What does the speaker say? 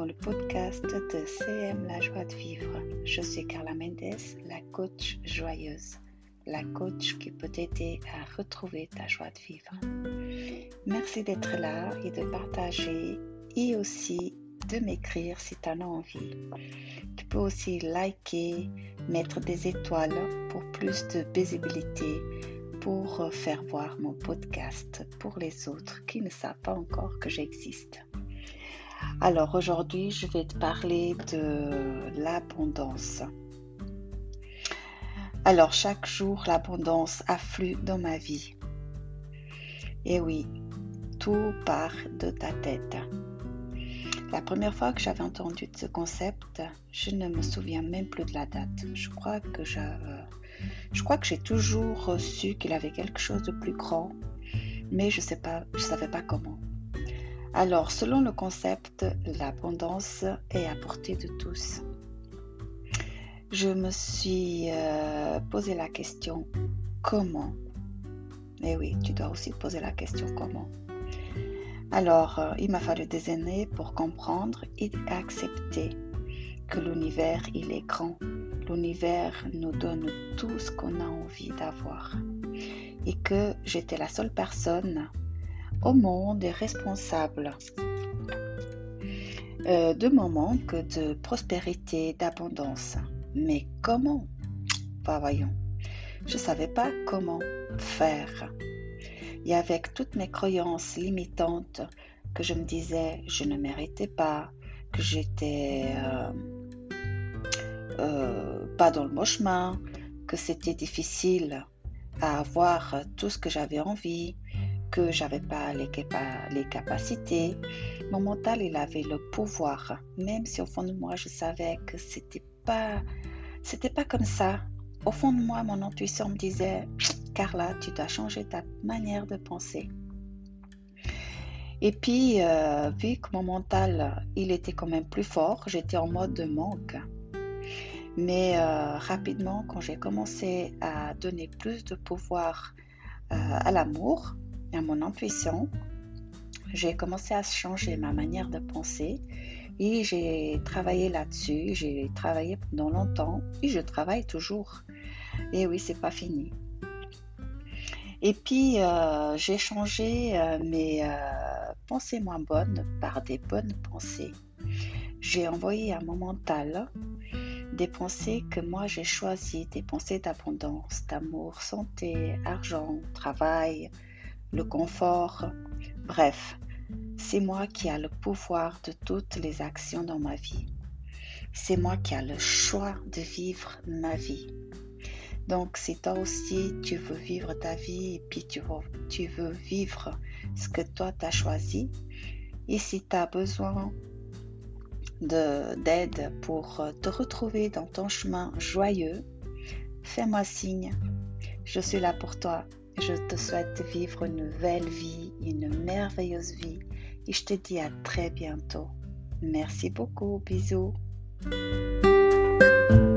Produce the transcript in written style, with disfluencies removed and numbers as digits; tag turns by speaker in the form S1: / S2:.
S1: dans le podcast de CM La Joie de Vivre. Je suis Carla Mendes, la coach joyeuse, la coach qui peut t'aider à retrouver ta joie de vivre. Merci d'être là et de partager et aussi de m'écrire si tu en as envie. Tu peux aussi liker, mettre des étoiles pour plus de visibilité, pour faire voir mon podcast pour les autres qui ne savent pas encore que j'existe. Alors aujourd'hui, je vais te parler de l'abondance. Alors chaque jour, l'abondance afflue dans ma vie. Et oui, tout part de ta tête. La première fois que j'avais entendu ce concept, je ne me souviens même plus de la date. Je crois que j'ai toujours su qu'il avait quelque chose de plus grand, mais je savais pas comment. Alors, selon le concept, l'abondance est à portée de tous. Je me suis posé la question comment. Et oui, tu dois aussi te poser la question comment. Alors, il m'a fallu des années pour comprendre et accepter que l'univers, il est grand. L'univers nous donne tout ce qu'on a envie d'avoir. Et que j'étais la seule personne au monde est responsable de mon manque de prospérité, d'abondance. Mais comment? Voyons, je ne savais pas comment faire. Et avec toutes mes croyances limitantes, que je me disais je ne méritais pas, que j'étais pas dans le bon chemin, que c'était difficile à avoir tout ce que j'avais envie, que j'avais pas les capacités. Mon mental, il avait le pouvoir, même si au fond de moi, je savais que c'était pas comme ça. Au fond de moi, mon intuition me disait, Carla, tu dois changer ta manière de penser. Et puis, vu que mon mental, il était quand même plus fort, j'étais en mode de manque. Mais rapidement, quand j'ai commencé à donner plus de pouvoir à l'amour, à mon intuition, j'ai commencé à changer ma manière de penser et j'ai travaillé là-dessus. J'ai travaillé pendant longtemps et je travaille toujours. Et oui, c'est pas fini. Et puis, j'ai changé mes pensées moins bonnes par des bonnes pensées. J'ai envoyé à mon mental des pensées que moi j'ai choisies, des pensées d'abondance, d'amour, santé, argent, travail, le confort. Bref, c'est moi qui ai le pouvoir de toutes les actions dans ma vie. C'est moi qui ai le choix de vivre ma vie. Donc, si toi aussi, tu veux vivre ta vie et puis tu veux vivre ce que toi, tu as choisi, et si tu as besoin d'aide pour te retrouver dans ton chemin joyeux, fais-moi signe. Je suis là pour toi. Je te souhaite de vivre une belle vie, une merveilleuse vie et je te dis à très bientôt. Merci beaucoup. Bisous.